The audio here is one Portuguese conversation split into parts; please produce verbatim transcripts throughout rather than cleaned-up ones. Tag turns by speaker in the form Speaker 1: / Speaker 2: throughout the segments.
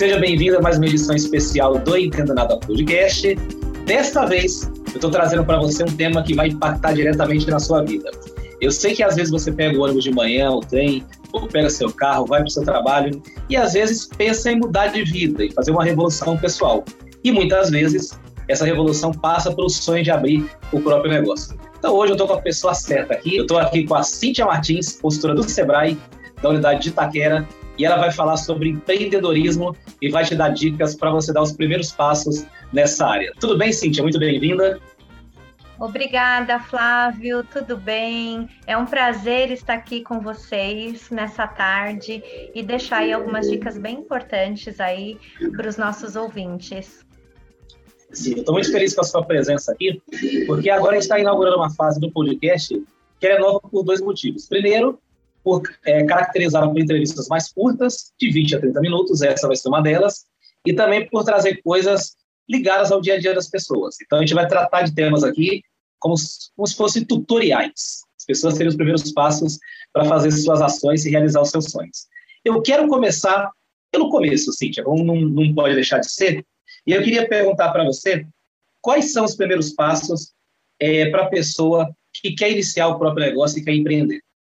Speaker 1: Seja bem-vindo a mais uma edição especial do Entenda Nada Podcast. Desta vez, eu estou trazendo para você um tema que vai impactar diretamente na sua vida. Eu sei que às vezes você pega o ônibus de manhã, o trem, ou pega seu carro, vai para o seu trabalho e às vezes pensa em mudar de vida e fazer uma revolução pessoal. E muitas vezes essa revolução passa pelo sonho de abrir o próprio negócio. Então hoje eu estou com a pessoa certa aqui. Eu estou aqui com a Cíntia Martins, consultora do Sebrae, da unidade de Itaquera, e ela vai falar sobre empreendedorismo e vai te dar dicas para você dar os primeiros passos nessa área. Tudo bem, Cíntia? Muito bem-vinda.
Speaker 2: Obrigada, Flávio. Tudo bem? É um prazer estar aqui com vocês nessa tarde e deixar aí algumas dicas bem importantes aí para os nossos ouvintes.
Speaker 1: Sim, eu estou muito feliz com a sua presença aqui, porque agora a gente está inaugurando uma fase do podcast que é nova por dois motivos. Primeiro, por é, caracterizar por entrevistas mais curtas, de vinte a trinta minutos, essa vai ser uma delas, e também por trazer coisas ligadas ao dia a dia das pessoas. Então, a gente vai tratar de temas aqui como, como se fossem tutoriais. As pessoas terem os primeiros passos para fazer suas ações e realizar os seus sonhos. Eu quero começar pelo começo, Cíntia, como não, não pode deixar de ser, e eu queria perguntar para você quais são os primeiros passos é, para a pessoa que quer iniciar o próprio negócio e quer empreender.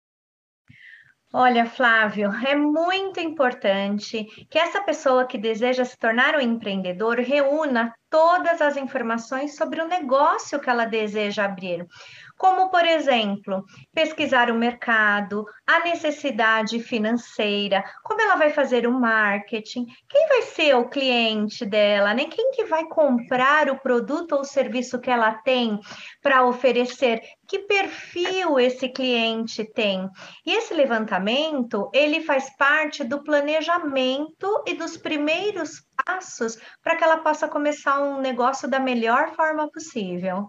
Speaker 2: Olha, Flávio, é muito importante que essa pessoa que deseja se tornar um empreendedor reúna todas as informações sobre o negócio que ela deseja abrir. Como, por exemplo, pesquisar o mercado, a necessidade financeira, como ela vai fazer o marketing, quem vai ser o cliente dela, né? Quem que vai comprar o produto ou serviço que ela tem para oferecer, que perfil esse cliente tem. E esse levantamento, ele faz parte do planejamento e dos primeiros passos para que ela possa começar um negócio da melhor forma possível.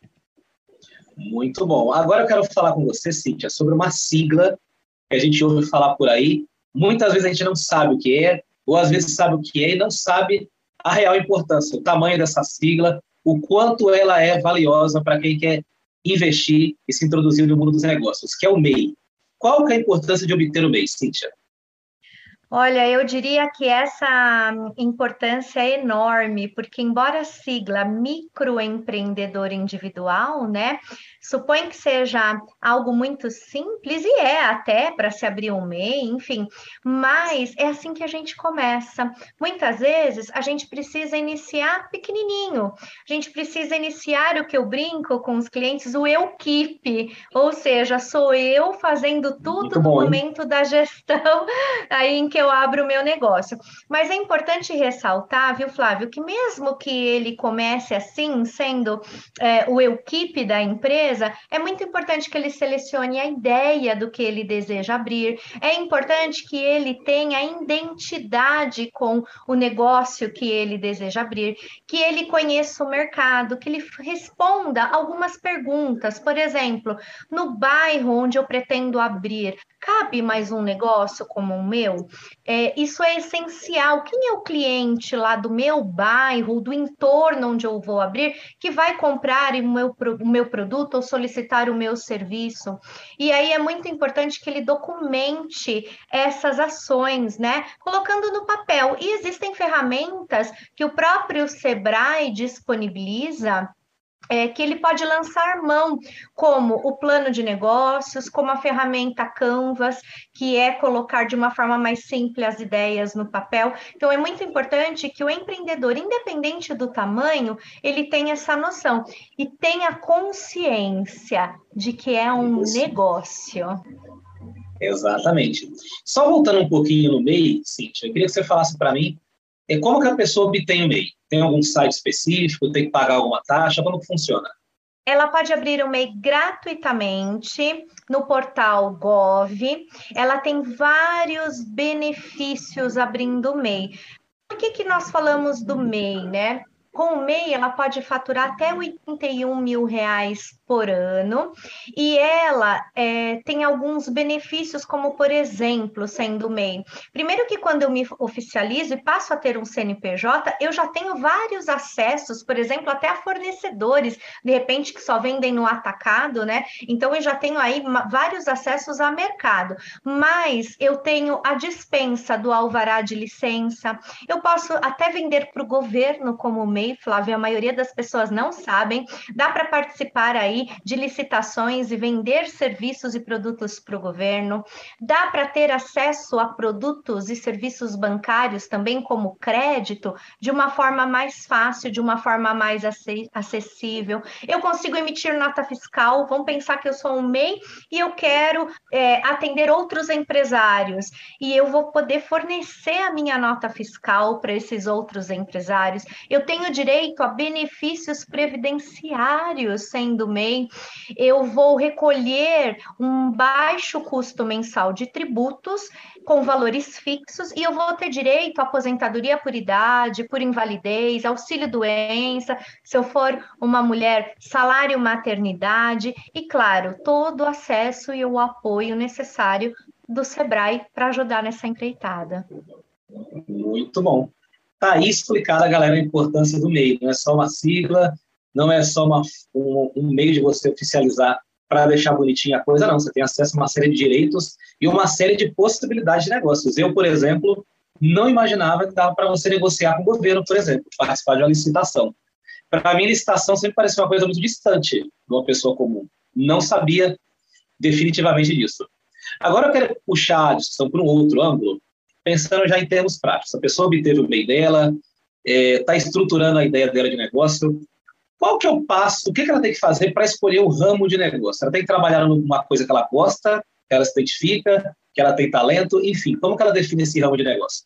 Speaker 1: Muito bom. Agora eu quero falar com você, Cíntia, sobre uma sigla que a gente ouve falar por aí. Muitas vezes a gente não sabe o que é, ou às vezes sabe o que é e não sabe a real importância, o tamanho dessa sigla, o quanto ela é valiosa para quem quer investir e se introduzir no mundo dos negócios, que é o M E I. Qual que é a importância de obter o M E I, Cíntia?
Speaker 2: Olha, eu diria que essa importância é enorme, porque embora a sigla microempreendedor individual, né, supõe que seja algo muito simples, e é até para se abrir um M E I, enfim, mas é assim que a gente começa. Muitas vezes a gente precisa iniciar pequenininho, a gente precisa iniciar o que eu brinco com os clientes, o eu keep, ou seja, sou eu fazendo tudo no momento da gestão, aí em que eu abro o meu negócio. Mas é importante ressaltar, viu, Flávio, que mesmo que ele comece assim, sendo é, o eu keep da empresa, é muito importante que ele selecione a ideia do que ele deseja abrir, é importante que ele tenha identidade com o negócio que ele deseja abrir, que ele conheça o mercado, que ele responda algumas perguntas. Por exemplo, no bairro onde eu pretendo abrir, cabe mais um negócio como o meu? É, isso é essencial. Quem é o cliente lá do meu bairro, do entorno onde eu vou abrir, que vai comprar o meu, o meu produto ou solicitar o meu serviço? E aí é muito importante que ele documente essas ações, né? Colocando no papel. E existem ferramentas que o próprio Sebrae disponibiliza, É, que ele pode lançar mão, como o plano de negócios, como a ferramenta Canvas, que é colocar de uma forma mais simples as ideias no papel. Então, é muito importante que o empreendedor, independente do tamanho, ele tenha essa noção e tenha consciência de que é um
Speaker 1: Isso.
Speaker 2: negócio.
Speaker 1: Exatamente. Só voltando um pouquinho no M E I, Cíntia, eu queria que você falasse para mim é como que a pessoa obtém o M E I. Tem algum site específico? Tem que pagar alguma taxa? Como que funciona?
Speaker 2: Ela pode abrir o M E I gratuitamente no portal Gov. Ela tem vários benefícios abrindo o M E I. Por que que nós falamos do M E I, né? Com o M E I, ela pode faturar até oitenta e um mil reais por ano, e ela é, tem alguns benefícios, como, por exemplo, sendo M E I. Primeiro que quando eu me oficializo e passo a ter um C N P J, eu já tenho vários acessos, por exemplo, até a fornecedores, de repente, que só vendem no atacado, né? Então, eu já tenho aí vários acessos a mercado, mas eu tenho a dispensa do alvará de licença, eu posso até vender para o governo como M E I, Flávia, a maioria das pessoas não sabem, dá para participar aí de licitações e vender serviços e produtos para o governo, dá para ter acesso a produtos e serviços bancários também como crédito, de uma forma mais fácil, de uma forma mais acessível. Eu consigo emitir nota fiscal, vamos pensar que eu sou um M E I e eu quero é, atender outros empresários, e eu vou poder fornecer a minha nota fiscal para esses outros empresários. Eu tenho direito a benefícios previdenciários sendo M E I, eu vou recolher um baixo custo mensal de tributos com valores fixos e eu vou ter direito à aposentadoria por idade, por invalidez, auxílio doença, se eu for uma mulher, salário maternidade e, claro, todo o acesso e o apoio necessário do Sebrae para ajudar nessa empreitada.
Speaker 1: Muito bom. Está aí explicada, galera, a importância do M E I. Não é só uma sigla, não é só uma, um, um meio de você oficializar para deixar bonitinha a coisa, não. Você tem acesso a uma série de direitos e uma série de possibilidades de negócios. Eu, por exemplo, não imaginava que dava para você negociar com o governo, por exemplo, participar de uma licitação. Para mim, licitação sempre parecia uma coisa muito distante de uma pessoa comum. Não sabia definitivamente disso. Agora eu quero puxar a discussão para um outro âmblo, pensando já em termos práticos. A pessoa obteve o M E I dela, está é, estruturando a ideia dela de negócio. Qual que é o passo, o que, que ela tem que fazer para escolher o ramo de negócio? Ela tem que trabalhar numa coisa que ela gosta, que ela se identifica, que ela tem talento, enfim, como que ela define esse ramo de negócio?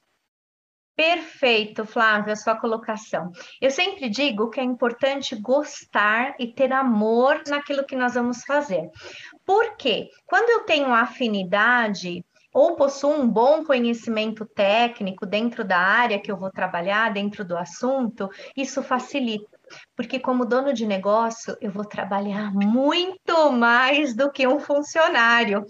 Speaker 2: Perfeito, Flávia, a sua colocação. Eu sempre digo que é importante gostar e ter amor naquilo que nós vamos fazer. Por quê? Quando eu tenho afinidade ou possuo um bom conhecimento técnico dentro da área que eu vou trabalhar, dentro do assunto, isso facilita. Porque como dono de negócio, eu vou trabalhar muito mais do que um funcionário.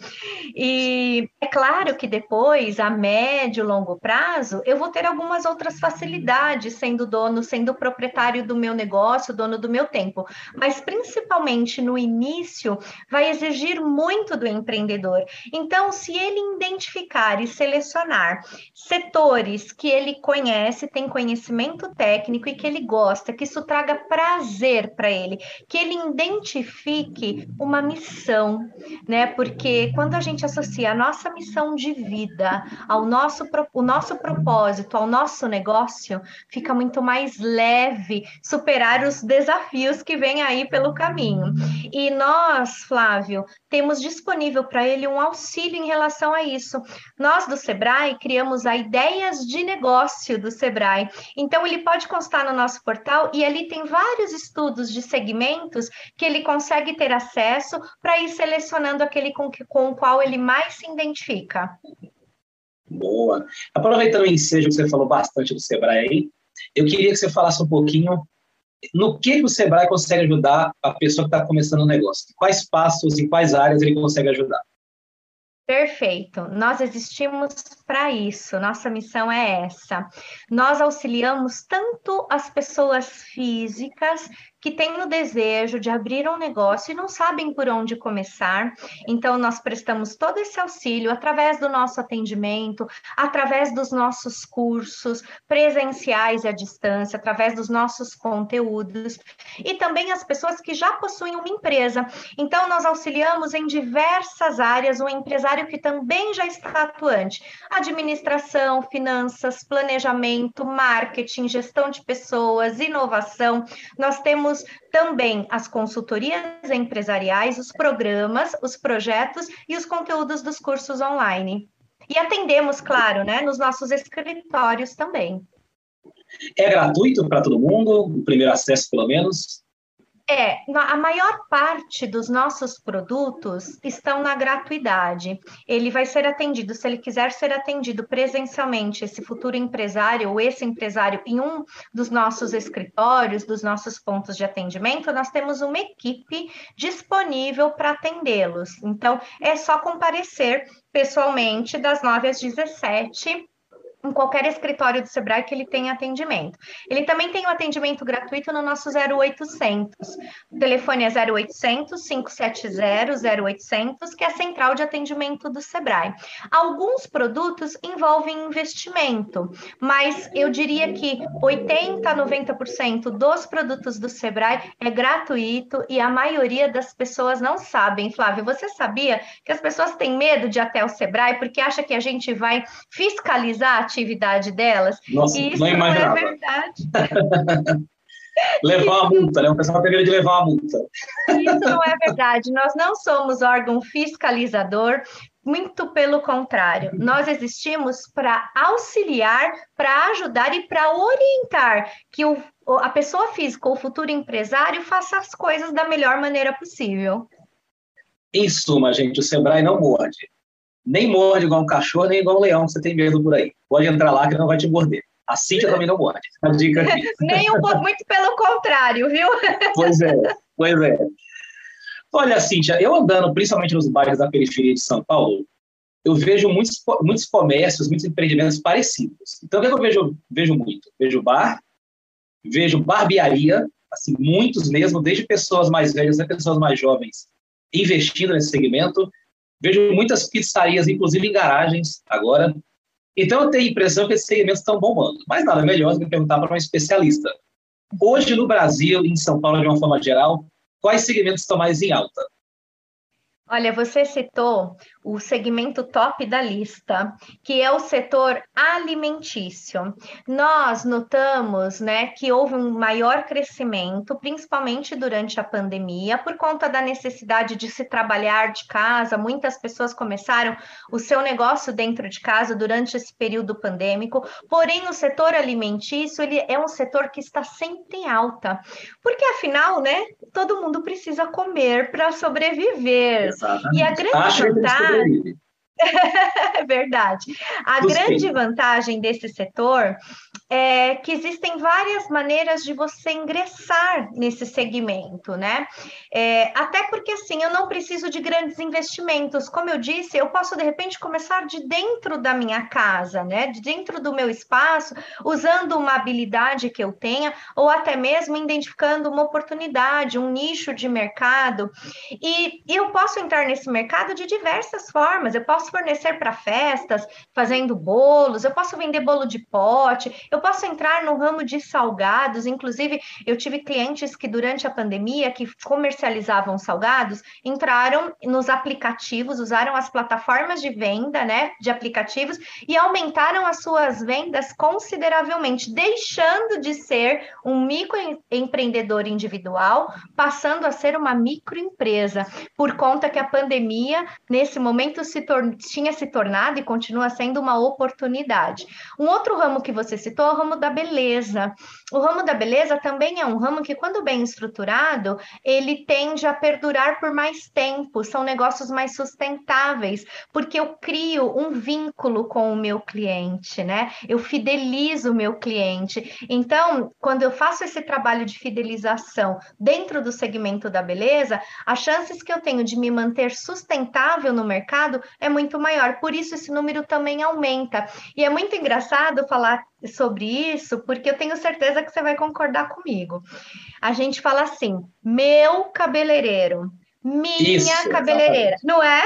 Speaker 2: E é claro que depois, a médio e longo prazo, eu vou ter algumas outras facilidades sendo dono, sendo proprietário do meu negócio, dono do meu tempo. Mas principalmente no início, vai exigir muito do empreendedor. Então, se ele identificar e selecionar setores que ele conhece, tem conhecimento técnico e que ele gosta, que isso traga prazer para ele, que ele identifique uma missão, né? Porque quando a gente associa a nossa missão de vida ao nosso, o nosso propósito, ao nosso negócio, fica muito mais leve superar os desafios que vêm aí pelo caminho. E nós, Flávio, temos disponível para ele um auxílio em relação a isso. Nós do Sebrae criamos a Ideias de Negócio do Sebrae. Então, ele pode constar no nosso portal e ali tem vários estudos de segmentos que ele consegue ter acesso para ir selecionando aquele com, que, com o qual ele mais se identifica.
Speaker 1: Boa. Aproveitando o ensejo que você falou bastante do Sebrae aí, eu queria que você falasse um pouquinho no que, que o Sebrae consegue ajudar a pessoa que está começando o negócio. Quais passos, em quais áreas ele consegue ajudar?
Speaker 2: Perfeito, nós existimos para isso, nossa missão é essa. Nós auxiliamos tanto as pessoas físicas que têm o desejo de abrir um negócio e não sabem por onde começar, então nós prestamos todo esse auxílio através do nosso atendimento, através dos nossos cursos presenciais e à distância, através dos nossos conteúdos, e também as pessoas que já possuem uma empresa. Então nós auxiliamos em diversas áreas o empresário que também já está atuante: administração, finanças, planejamento, marketing, gestão de pessoas, inovação. Nós temos também as consultorias empresariais, os programas, os projetos e os conteúdos dos cursos online. E atendemos, claro, né, nos nossos escritórios também.
Speaker 1: É gratuito para todo mundo, o primeiro acesso, pelo menos?
Speaker 2: É, na- a maior parte dos nossos produtos estão na gratuidade. Ele vai ser atendido, se ele quiser ser atendido presencialmente, esse futuro empresário ou esse empresário em um dos nossos escritórios, dos nossos pontos de atendimento, nós temos uma equipe disponível para atendê-los. Então, é só comparecer pessoalmente das nove às dezessete em qualquer escritório do Sebrae que ele tenha atendimento. Ele também tem o atendimento gratuito no nosso zero oitocentos. O telefone é zero oitocentos, cinco sete zero, zero oitocentos, que é a central de atendimento do Sebrae. Alguns produtos envolvem investimento, mas eu diria que oitenta a noventa por cento dos produtos do Sebrae é gratuito e a maioria das pessoas não sabem. Flávio, você sabia que as pessoas têm medo de ir até o Sebrae porque acha que a gente vai fiscalizar a atividade delas?
Speaker 1: Nossa,
Speaker 2: E isso
Speaker 1: não
Speaker 2: não é
Speaker 1: imaginava.
Speaker 2: verdade.
Speaker 1: Levar uma multa, né? O pessoal tem medo de levar uma multa.
Speaker 2: Isso não é verdade. Nós não somos órgão fiscalizador, muito pelo contrário. Nós existimos para auxiliar, para ajudar e para orientar que o, a pessoa física ou o futuro empresário faça as coisas da melhor maneira possível.
Speaker 1: Em suma, gente, o Sebrae não morde. Nem morde igual um cachorro, nem igual um leão, que você tem medo por aí. Pode entrar lá que não vai te morder. A Cíntia também não morde. A dica aqui.
Speaker 2: Nem um pouco, muito pelo contrário, viu?
Speaker 1: Pois é, pois é. Olha, Cíntia, eu andando principalmente nos bairros da periferia de São Paulo, eu vejo muitos, muitos comércios, muitos empreendimentos parecidos. Então, o que, é que eu vejo, vejo muito? Vejo bar, vejo barbearia, assim, muitos mesmo, desde pessoas mais velhas até pessoas mais jovens, investindo nesse segmento. Vejo muitas pizzarias, inclusive em garagens, agora. Então, eu tenho a impressão que esses segmentos estão bombando. Mas nada melhor do que perguntar para um especialista. Hoje, no Brasil, em São Paulo, de uma forma geral, quais segmentos estão mais em alta?
Speaker 2: Olha, você citou o segmento top da lista, que é o setor alimentício. Nós notamos, né, que houve um maior crescimento, principalmente durante a pandemia, por conta da necessidade de se trabalhar de casa. Muitas pessoas começaram o seu negócio dentro de casa durante esse período pandêmico. Porém, o setor alimentício, ele é um setor que está sempre em alta, porque afinal, né, todo mundo precisa comer para sobreviver.
Speaker 1: Exatamente.
Speaker 2: E a grande
Speaker 1: Acho
Speaker 2: vantagem... É verdade. A
Speaker 1: Suspeito.
Speaker 2: grande vantagem desse setor é que existem várias maneiras de você ingressar nesse segmento, né? É, até porque, assim, eu não preciso de grandes investimentos. Como eu disse, eu posso, de repente, começar de dentro da minha casa, né? De dentro do meu espaço, usando uma habilidade que eu tenha, ou até mesmo identificando uma oportunidade, um nicho de mercado. E eu posso entrar nesse mercado de diversas formas. Eu posso fornecer para festas, fazendo bolos, eu posso vender bolo de pote, eu posso entrar no ramo de salgados. Inclusive, eu tive clientes que durante a pandemia, que comercializavam salgados, entraram nos aplicativos, usaram as plataformas de venda, né, de aplicativos, e aumentaram as suas vendas consideravelmente, deixando de ser um microempreendedor individual, passando a ser uma microempresa, por conta que a pandemia, nesse momento, se tor- tinha se tornado e continua sendo uma oportunidade. Um outro ramo que você citou é o ramo da beleza. O ramo da beleza também é um ramo que, quando bem estruturado, ele tende a perdurar por mais tempo. São negócios mais sustentáveis, porque eu crio um vínculo com o meu cliente, né? Eu fidelizo o meu cliente. Então, quando eu faço esse trabalho de fidelização dentro do segmento da beleza, as chances que eu tenho de me manter sustentável no mercado é muito maior. Por isso, esse número também aumenta. E é muito engraçado falar sobre isso, porque eu tenho certeza que você vai concordar comigo. A gente fala assim, meu cabeleireiro, minha
Speaker 1: Isso,
Speaker 2: cabeleireira,
Speaker 1: exatamente.
Speaker 2: não é?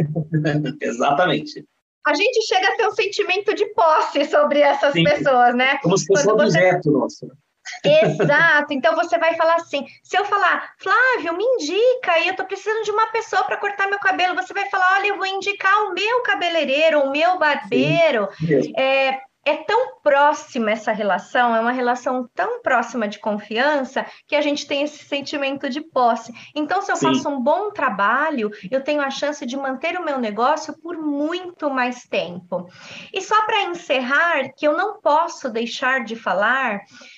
Speaker 1: Exatamente.
Speaker 2: A gente chega a ter um sentimento de posse sobre essas
Speaker 1: Sim.
Speaker 2: pessoas, né?
Speaker 1: Como se fosse um
Speaker 2: Quando você...
Speaker 1: objeto nosso.
Speaker 2: Exato, então você vai falar assim, se eu falar, Flávio, me indica, e eu tô precisando de uma pessoa para cortar meu cabelo, você vai falar, olha, eu vou indicar o meu cabeleireiro, o meu barbeiro.
Speaker 1: Sim, mesmo.
Speaker 2: É, é tão próxima essa relação, é uma relação tão próxima de confiança que a gente tem esse sentimento de posse. Então, se eu
Speaker 1: Sim.
Speaker 2: faço um bom trabalho, eu tenho a chance de manter o meu negócio por muito mais tempo. E só para encerrar, que eu não posso deixar de falar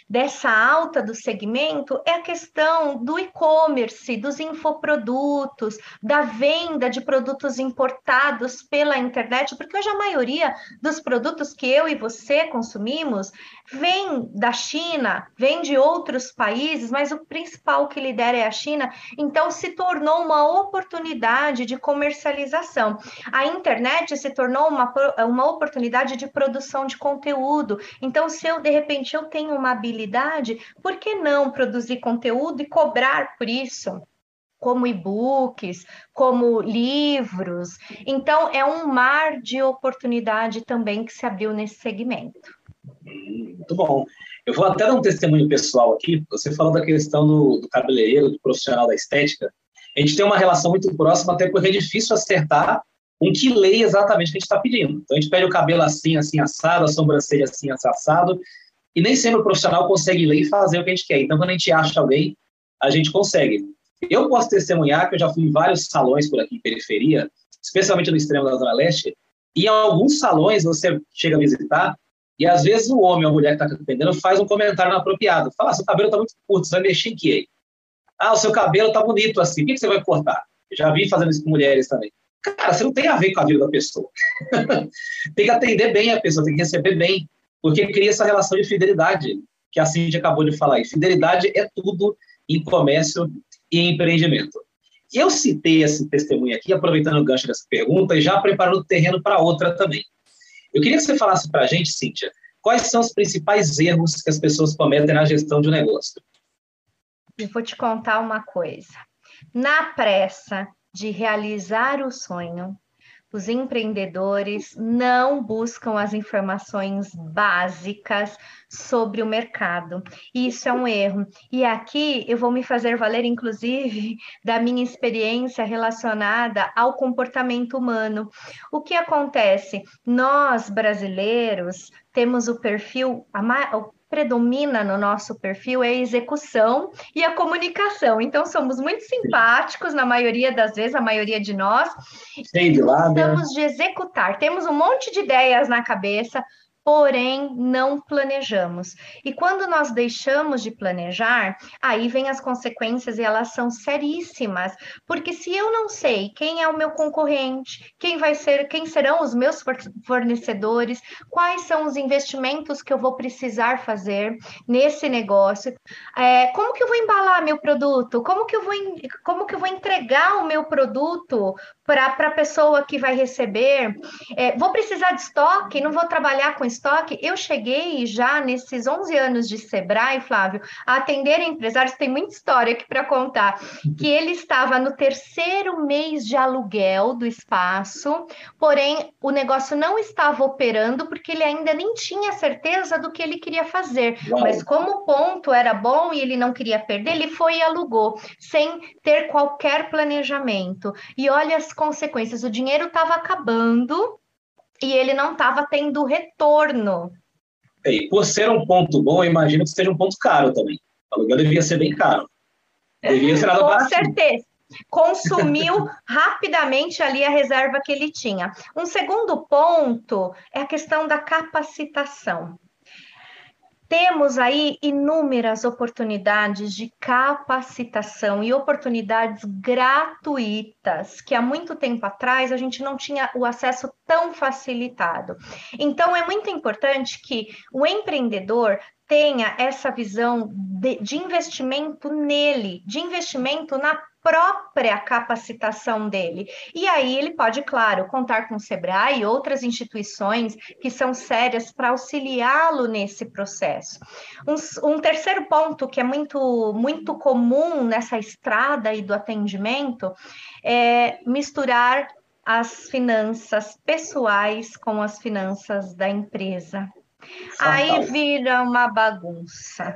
Speaker 2: dessa alta do segmento é a questão do e-commerce, dos infoprodutos, da venda de produtos importados pela internet, porque hoje a maioria dos produtos que eu e você consumimos vem da China, vem de outros países, mas o principal que lidera é a China, então se tornou uma oportunidade de comercialização. A internet se tornou uma, uma oportunidade de produção de conteúdo, então se eu, de repente, eu tenho uma habilidade, por que não produzir conteúdo e cobrar por isso? Como e-books, como livros. Então, é um mar de oportunidade também que se abriu nesse segmento.
Speaker 1: Muito bom. Eu vou até dar um testemunho pessoal aqui. Você falou da questão do, do cabeleireiro, do profissional da estética. A gente tem uma relação muito próxima, até porque é difícil acertar um que leia exatamente o que a gente está pedindo. Então, a gente pede o cabelo assim, assim, assado, a sobrancelha assim, assim, assado, e nem sempre o profissional consegue ler e fazer o que a gente quer. Então, quando a gente acha alguém, a gente consegue. Eu posso testemunhar que eu já fui em vários salões por aqui em periferia, especialmente no extremo da Zona Leste, e em alguns salões você chega a visitar, e às vezes o homem ou a mulher que está atendendo faz um comentário inapropriado. Fala, ah, seu cabelo está muito curto, você vai mexer em quê? Ah, o seu cabelo está bonito assim, por que você vai cortar? Eu já vi fazendo isso com mulheres também. Cara, você não tem a ver com a vida da pessoa. Tem que atender bem a pessoa, tem que receber bem, porque cria essa relação de fidelidade, que a Cíntia acabou de falar. E fidelidade é tudo em comércio e em empreendimento. Eu citei esse testemunho aqui, aproveitando o gancho dessa pergunta, e já preparando o terreno para outra também. Eu queria que você falasse para a gente, Cíntia, quais são os principais erros que as pessoas cometem na gestão de um negócio?
Speaker 2: Eu vou te contar uma coisa. Na pressa de realizar o sonho, os empreendedores não buscam as informações básicas sobre o mercado. Isso é um erro. E aqui eu vou me fazer valer, inclusive, da minha experiência relacionada ao comportamento humano. O que acontece? Nós, brasileiros, temos o perfil, a predomina no nosso perfil é a execução e a comunicação. Então, somos muito simpáticos, na maioria das vezes, a maioria de nós,
Speaker 1: e
Speaker 2: gostamos de executar. Temos um monte de ideias na cabeça, porém não planejamos. E quando nós deixamos de planejar, aí vem as consequências e elas são seríssimas, porque se eu não sei quem é o meu concorrente, quem vai ser, quem serão os meus fornecedores, quais são os investimentos que eu vou precisar fazer nesse negócio, é, como que eu vou embalar meu produto, como que eu vou, como que eu vou entregar o meu produto para a pessoa que vai receber, é, vou precisar de estoque, não vou trabalhar com estoque. Eu cheguei já nesses onze anos de Sebrae, Flávio, a atender empresários, tem muita história aqui para contar, que ele estava no terceiro mês de aluguel do espaço, porém o negócio não estava operando porque ele ainda nem tinha certeza do que ele queria fazer. Uau. Mas como o ponto era bom e ele não queria perder, ele foi e alugou, sem ter qualquer planejamento. E olha as consequências, o dinheiro estava acabando e ele não estava tendo retorno.
Speaker 1: E por ser um ponto bom, eu imagino que seja um ponto caro também. O aluguel devia ser bem caro. Devia ser nada
Speaker 2: Com
Speaker 1: baratinho.
Speaker 2: certeza. Consumiu rapidamente ali a reserva que ele tinha. Um segundo ponto é a questão da capacitação. Temos aí inúmeras oportunidades de capacitação e oportunidades gratuitas, que há muito tempo atrás a gente não tinha o acesso tão facilitado. Então, é muito importante que o empreendedor tenha essa visão de, de investimento nele, de investimento na própria capacitação dele. E aí ele pode, claro, contar com o Sebrae e outras instituições que são sérias para auxiliá-lo nesse processo. Um, um terceiro ponto que é muito, muito comum nessa estrada aí do atendimento é misturar as finanças pessoais com as finanças da empresa. Fatal. Aí vira uma bagunça.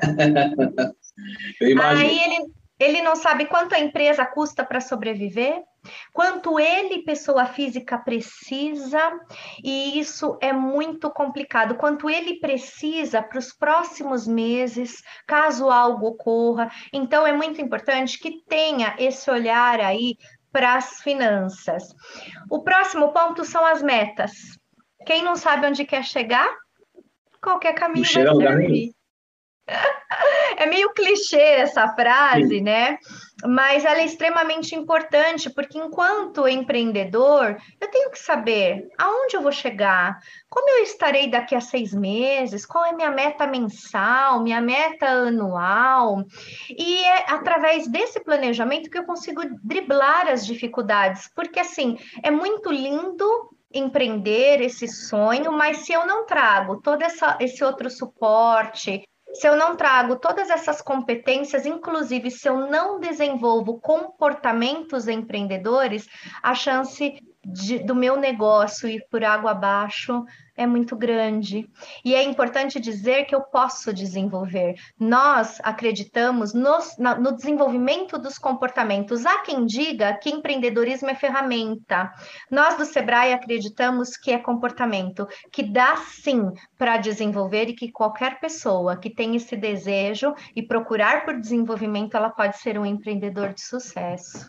Speaker 2: Aí ele, ele não sabe quanto a empresa custa para sobreviver, quanto ele, pessoa física, precisa, e isso é muito complicado. Quanto ele precisa para os próximos meses, caso algo ocorra. Então, é muito importante que tenha esse olhar aí para as finanças. O próximo ponto são as metas. Quem não sabe onde quer chegar, qualquer caminho vai servir. É meio clichê essa frase,
Speaker 1: Sim.
Speaker 2: né? Mas ela é extremamente importante, porque enquanto empreendedor, eu tenho que saber aonde eu vou chegar, como eu estarei daqui a seis meses, qual é minha meta mensal, minha meta anual, e é através desse planejamento que eu consigo driblar as dificuldades, porque assim, é muito lindo empreender esse sonho, mas se eu não trago todo essa, esse outro suporte, se eu não trago todas essas competências, inclusive se eu não desenvolvo comportamentos empreendedores, a chance de, do meu negócio ir por água abaixo é muito grande. E é importante dizer que eu posso desenvolver. Nós acreditamos nos, na, no desenvolvimento dos comportamentos. Há quem diga que empreendedorismo é ferramenta. Nós do Sebrae acreditamos que é comportamento, que dá sim para desenvolver e que qualquer pessoa que tem esse desejo e procurar por desenvolvimento, ela pode ser um empreendedor de sucesso.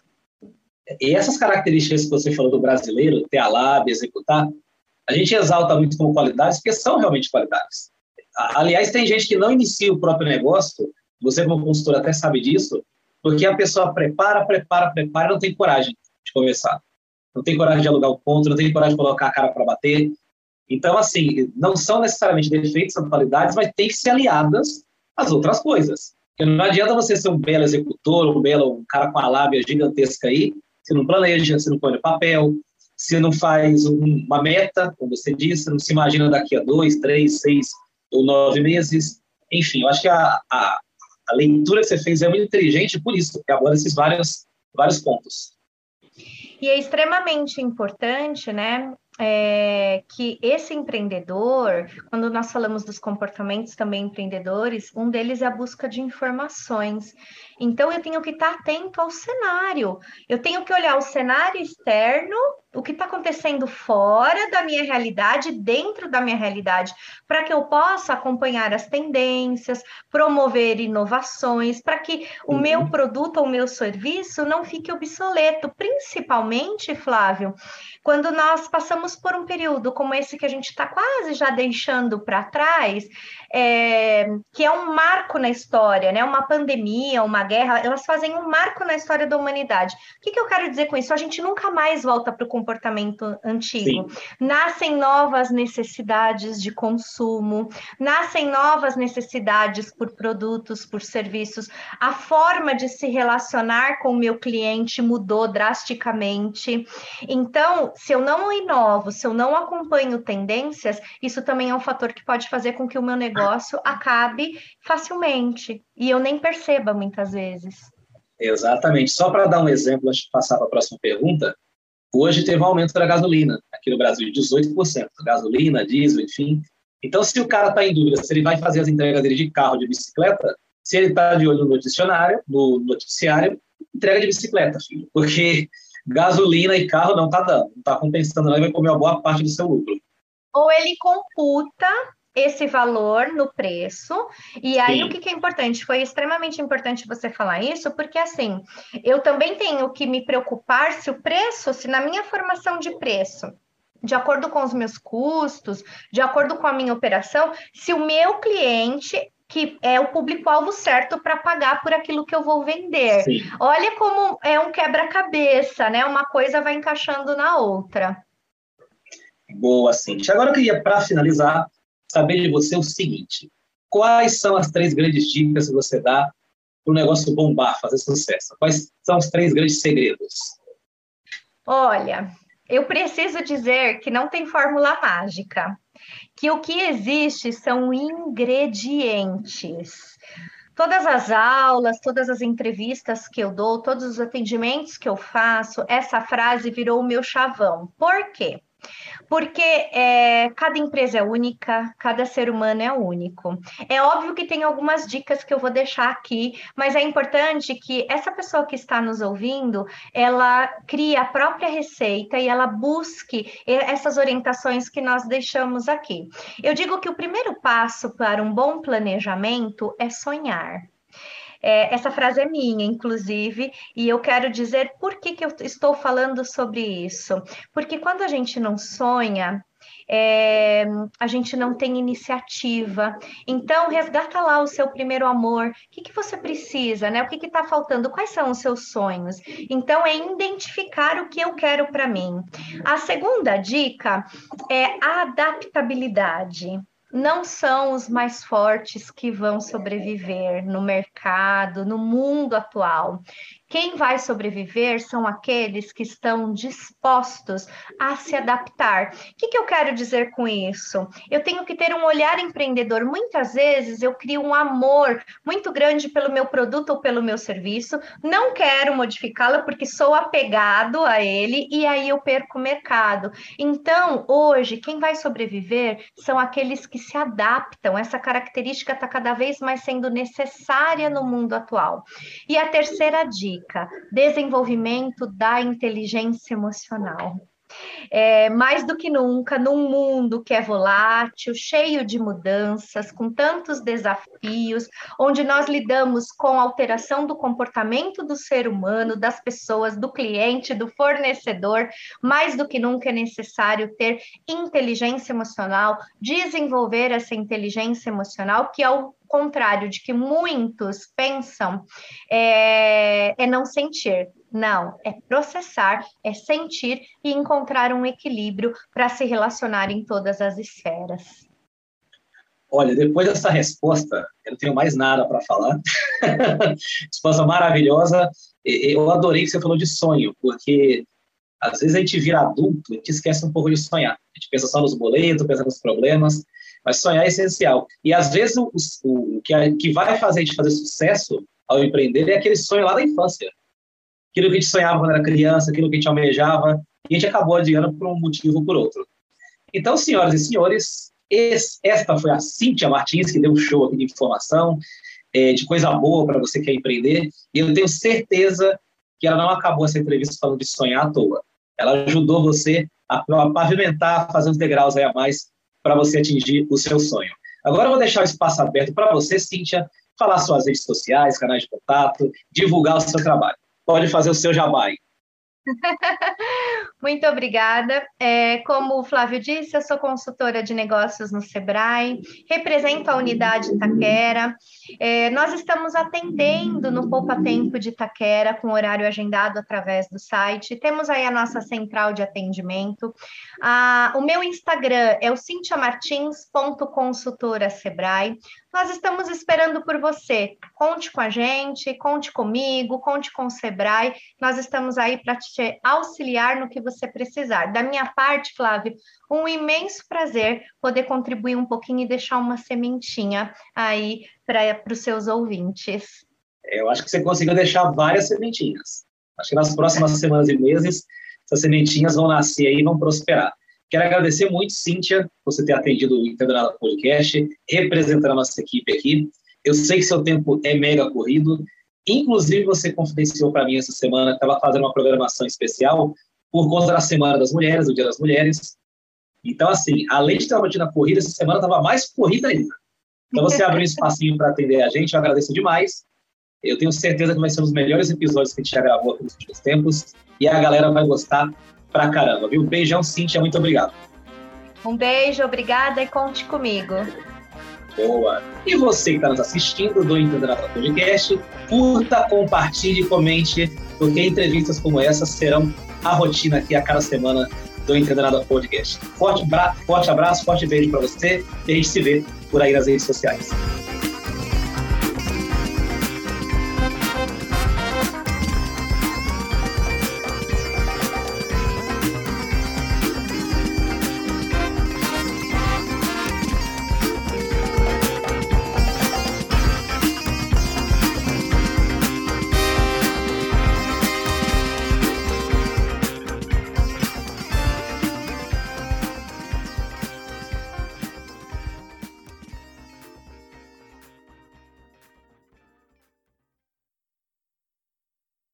Speaker 1: E essas características que você falou do brasileiro, ter a lábia, executar, a gente exalta muito como qualidades, porque são realmente qualidades. Aliás, tem gente que não inicia o próprio negócio, você como consultor até sabe disso, porque a pessoa prepara, prepara, prepara e não tem coragem de começar. Não tem coragem de alugar o ponto, não tem coragem de colocar a cara para bater. Então, assim, não são necessariamente defeitos, são qualidades, mas tem que ser aliadas às outras coisas. Porque não adianta você ser um belo executor, um belo um cara com a lábia gigantesca aí, se não planeja, se não põe no papel, se não faz um, uma meta, como você disse, não se imagina daqui a dois, três, seis ou nove meses. Enfim, eu acho que a, a, a leitura que você fez é muito inteligente por isso, porque aborda esses vários, vários pontos.
Speaker 2: E é extremamente importante, né, é, que esse empreendedor, quando nós falamos dos comportamentos também empreendedores, um deles é a busca de informações. Então, eu tenho que estar atento ao cenário, eu tenho que olhar o cenário externo, o que está acontecendo fora da minha realidade, dentro da minha realidade, para que eu possa acompanhar as tendências, promover inovações, para que o
Speaker 1: Uhum.
Speaker 2: meu produto ou o meu serviço não fique obsoleto, principalmente, Flávio, quando nós passamos por um período como esse que a gente está quase já deixando para trás, é, que é um marco na história, né? Uma pandemia, uma guerra, elas fazem um marco na história da humanidade. O que, que eu quero dizer com isso? A gente nunca mais volta para o comportamento antigo.
Speaker 1: Sim.
Speaker 2: Nascem novas necessidades de consumo, nascem novas necessidades por produtos, por serviços. A forma de se relacionar com o meu cliente mudou drasticamente. Então, se eu não inovo, se eu não acompanho tendências, isso também é um fator que pode fazer com que o meu negócio acabe facilmente e eu nem perceba muitas vezes.
Speaker 1: Exatamente. Só para dar um exemplo, antes de passar para a próxima pergunta, hoje teve um aumento da gasolina aqui no Brasil de dezoito por cento. Gasolina, diesel, enfim. Então, se o cara está em dúvida se ele vai fazer as entregas dele de carro, de bicicleta, se ele está de olho no dicionário, no noticiário, entrega de bicicleta, filho. Porque gasolina e carro não está dando, não está compensando, não, e vai comer uma boa parte do seu lucro.
Speaker 2: Ou ele computa esse valor no preço, e aí
Speaker 1: Sim.
Speaker 2: o que, que é importante? Foi extremamente importante você falar isso, porque assim, eu também tenho que me preocupar se o preço, se na minha formação de preço, de acordo com os meus custos, de acordo com a minha operação, se o meu cliente, que é o público-alvo certo para pagar por aquilo que eu vou vender.
Speaker 1: Sim.
Speaker 2: Olha como é um quebra-cabeça, né? Uma coisa vai encaixando na outra.
Speaker 1: Boa, Cintia. Agora eu queria, para finalizar, saber de você o seguinte: quais são as três grandes dicas que você dá para o negócio bombar, fazer sucesso? Quais são os três grandes segredos?
Speaker 2: Olha, eu preciso dizer que não tem fórmula mágica, que o que existe são ingredientes. Todas as aulas, todas as entrevistas que eu dou, todos os atendimentos que eu faço, essa frase virou o meu chavão. Por quê? Porque é, cada empresa é única, cada ser humano é único. É óbvio que tem algumas dicas que eu vou deixar aqui, mas é importante que essa pessoa que está nos ouvindo, ela crie a própria receita e ela busque essas orientações que nós deixamos aqui. Eu digo que o primeiro passo para um bom planejamento é sonhar. É, essa frase é minha, inclusive, e eu quero dizer por que, que eu estou falando sobre isso. Porque quando a gente não sonha, é, a gente não tem iniciativa. Então, resgata lá o seu primeiro amor. O que, que você precisa, né? O que está faltando? Quais são os seus sonhos? Então, é identificar o que eu quero para mim. A segunda dica é a adaptabilidade. Não são os mais fortes que vão sobreviver no mercado, no mundo atual. Quem vai sobreviver são aqueles que estão dispostos a se adaptar. O que, que eu quero dizer com isso? Eu tenho que ter um olhar empreendedor. Muitas vezes eu crio um amor muito grande pelo meu produto ou pelo meu serviço, não quero modificá-lo porque sou apegado a ele e aí eu perco o mercado. Então, hoje, quem vai sobreviver são aqueles que se adaptam. Essa característica está cada vez mais sendo necessária no mundo atual. E a terceira dica, desenvolvimento da inteligência emocional. É, mais do que nunca, num mundo que é volátil, cheio de mudanças, com tantos desafios, onde nós lidamos com a alteração do comportamento do ser humano, das pessoas, do cliente, do fornecedor, mais do que nunca é necessário ter inteligência emocional, desenvolver essa inteligência emocional, que ao contrário de que muitos pensam, é, é não sentir. Não, é processar, é sentir e encontrar um equilíbrio para se relacionar em todas as esferas.
Speaker 1: Olha, depois dessa resposta, eu não tenho mais nada para falar. Resposta maravilhosa. Eu adorei que você falou de sonho, porque às vezes a gente vira adulto e a gente esquece um pouco de sonhar. A gente pensa só nos boletos, pensa nos problemas, mas sonhar é essencial. E às vezes o, o, o que, a, que vai fazer a gente fazer sucesso ao empreender é aquele sonho lá da infância. Aquilo que a gente sonhava quando era criança, aquilo que a gente almejava, e a gente acabou adiando por um motivo ou por outro. Então, senhoras e senhores, esse, esta foi a Cíntia Martins, que deu um show aqui de informação, é, de coisa boa para você que quer empreender, e eu tenho certeza que ela não acabou essa entrevista falando de sonhar à toa. Ela ajudou você a, a pavimentar, a fazer uns degraus aí a mais para você atingir o seu sonho. Agora eu vou deixar o espaço aberto para você, Cíntia, falar suas redes sociais, canais de contato, divulgar o seu trabalho. Pode fazer o seu jabá aí.
Speaker 2: Muito obrigada. É, como o Flávio disse, eu sou consultora de negócios no Sebrae, represento a unidade Itaquera. É, nós estamos atendendo no Poupa Tempo de Itaquera, com horário agendado através do site. Temos aí a nossa central de atendimento. Ah, o meu Instagram é o cintia martins ponto consultora sebrae. Nós estamos esperando por você. Conte com a gente, conte comigo, conte com o Sebrae. Nós estamos aí para te auxiliar no que você precisar. Da minha parte, Flávio, um imenso prazer poder contribuir um pouquinho e deixar uma sementinha aí para os seus ouvintes.
Speaker 1: Eu acho que você conseguiu deixar várias sementinhas. Acho que nas próximas semanas e meses, essas sementinhas vão nascer aí e vão prosperar. Quero agradecer muito, Cíntia, por você ter atendido o Entendendo Nada Podcast, representando a nossa equipe aqui. Eu sei que seu tempo é mega corrido. Inclusive, você confidenciou para mim essa semana que estava fazendo uma programação especial por conta da Semana das Mulheres, do Dia das Mulheres. Então, assim, além de ter uma rotina corrida, essa semana estava mais corrida ainda. Então, você abriu um espacinho para atender a gente, eu agradeço demais. Eu tenho certeza que vai ser um dos melhores episódios que a gente já gravou aqui nos últimos tempos. E a galera vai gostar pra caramba, viu? Beijão, Cíntia, muito obrigado.
Speaker 2: Um beijo, obrigada e conte comigo.
Speaker 1: Boa. E você que está nos assistindo do Entendendo Nada Podcast, curta, compartilhe, comente, porque entrevistas como essa serão a rotina aqui a cada semana do Entendendo Nada Podcast. Forte, bra- forte abraço, forte beijo para você e a gente se vê por aí nas redes sociais.